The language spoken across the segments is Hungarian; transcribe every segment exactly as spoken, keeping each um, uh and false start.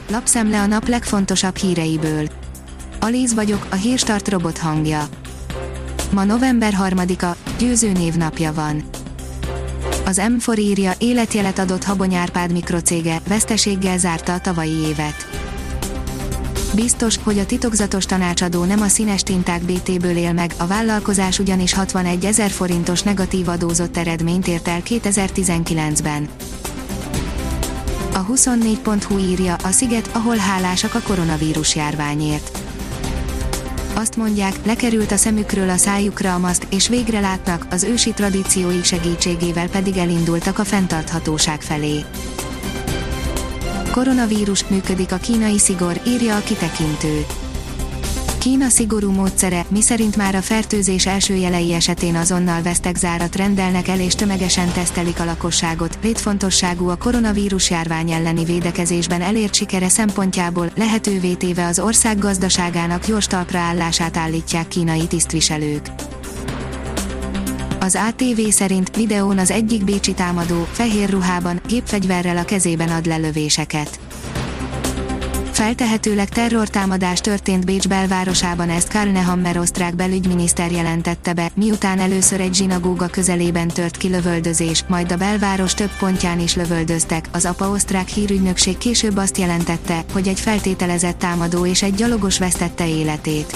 Lapszemle a nap legfontosabb híreiből. Alíz vagyok, a Hírstart robot hangja. Ma november harmadika, Győző névnapja van. Az M négy írja, életjelet adott Habony Árpád mikrocége, veszteséggel zárta a tavalyi évet. Biztos, hogy a titokzatos tanácsadó nem a színes tinták bé té-ből él meg, a vállalkozás ugyanis hatvanegy forintos negatív adózott eredményt ért el kétezer-tizenkilencben. A huszonnégy pont hu írja, a sziget, ahol hálásak a koronavírus járványért. Azt mondják, lekerült a szemükről a szájukra a maszk, és végre látnak, az ősi tradícióik segítségével pedig elindultak a fenntarthatóság felé. Koronavírus, működik a kínai szigor, írja a kitekintő. Kína szigorú módszere, miszerint már a fertőzés első jelei esetén azonnal vesztegzárat rendelnek el és tömegesen tesztelik a lakosságot, létfontosságú a koronavírus járvány elleni védekezésben elért sikere szempontjából, lehetővé téve az ország gazdaságának gyors talpra állását állítják kínai tisztviselők. Az á té vé szerint videón az egyik bécsi támadó, fehér ruhában, gépfegyverrel a kezében ad lelövéseket. Feltehetőleg terrortámadás történt Bécs belvárosában, ezt Karl Nehammer osztrák belügyminiszter jelentette be, miután először egy zsinagóga közelében tört ki lövöldözés, majd a belváros több pontján is lövöldöztek. Az á pé á osztrák hírügynökség később azt jelentette, hogy egy feltételezett támadó és egy gyalogos vesztette életét.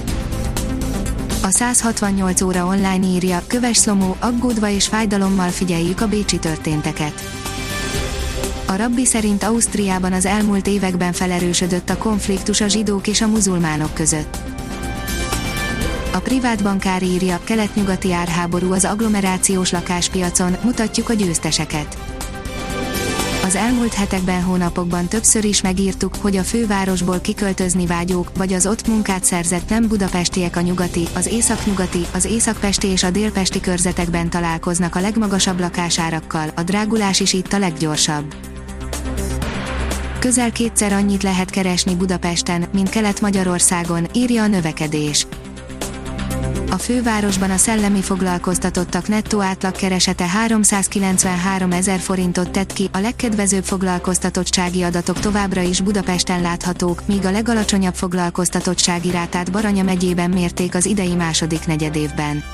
A száz hatvannyolc óra online írja, Köves Szlomó, aggódva és fájdalommal figyeljük a bécsi történteket. A Rabbi szerint Ausztriában az elmúlt években felerősödött a konfliktus a zsidók és a muzulmánok között. A privát bankár írja, kelet-nyugati árháború az agglomerációs lakáspiacon, mutatjuk a győzteseket. Az elmúlt hetekben, hónapokban többször is megírtuk, hogy a fővárosból kiköltözni vágyók, vagy az ott munkát szerzett nem budapestiek a nyugati, az északnyugati, az északpesti és a délpesti körzetekben találkoznak a legmagasabb lakásárakkal, a drágulás is itt a leggyorsabb. Közel kétszer annyit lehet keresni Budapesten, mint Kelet-Magyarországon, írja a Növekedés. A fővárosban a szellemi foglalkoztatottak nettó átlagkeresete háromszázkilencvenhárom ezer forintot tett ki, a legkedvezőbb foglalkoztatottsági adatok továbbra is Budapesten láthatók, míg a legalacsonyabb foglalkoztatottsági rátát Baranya megyében mérték az idei második negyedévben.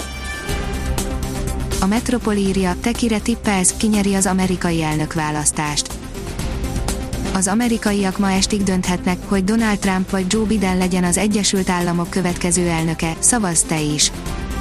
A Metropol írja, te kire tippelsz, kinyeri az amerikai elnökválasztást. Az amerikaiak ma estig dönthetnek, hogy Donald Trump vagy Joe Biden legyen az Egyesült Államok következő elnöke, szavazz te is!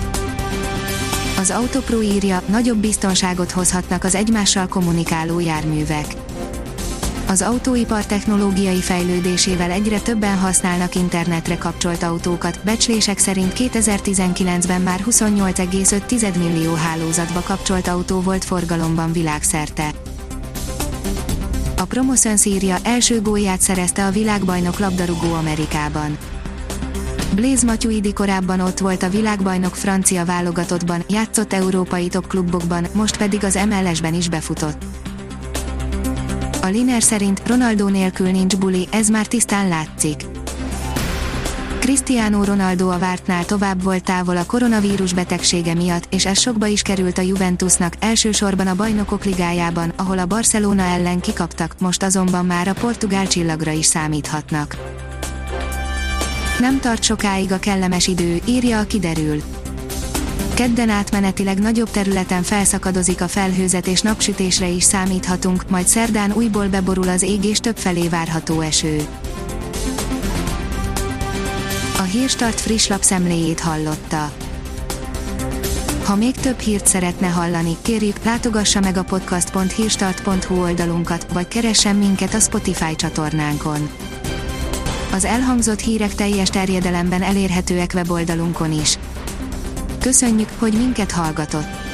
Az Autopro írja, nagyobb biztonságot hozhatnak az egymással kommunikáló járművek. Az autóipar technológiai fejlődésével egyre többen használnak internetre kapcsolt autókat, becslések szerint kétezer-tizenkilencben már huszonnyolc egész öt millió hálózatba kapcsolt autó volt forgalomban világszerte. A Promoszöns írja, első gólját szerezte a világbajnok labdarúgó Amerikában. Blaise Matuidi korábban ott volt a világbajnok francia válogatottban, játszott európai topklubokban, most pedig az em el es-ben is befutott. A Liner szerint Ronaldo nélkül nincs buli, ez már tisztán látszik. Cristiano Ronaldo a vártnál tovább volt távol a koronavírus betegsége miatt, és ez sokba is került a Juventusnak, elsősorban a Bajnokok Ligájában, ahol a Barcelona ellen kikaptak, most azonban már a portugál csillagra is számíthatnak. Nem tart sokáig a kellemes idő, írja a Kiderül. Kedden átmenetileg nagyobb területen felszakadozik a felhőzet és napsütésre is számíthatunk, majd szerdán újból beborul az ég és többfelé várható eső. A Hírstart friss lapszemléjét hallotta. Ha még több hírt szeretne hallani, kérjük, látogassa meg a podcast pont hírstart pont hu oldalunkat, vagy keressen minket a Spotify csatornánkon. Az elhangzott hírek teljes terjedelemben elérhetőek weboldalunkon is. Köszönjük, hogy minket hallgatott!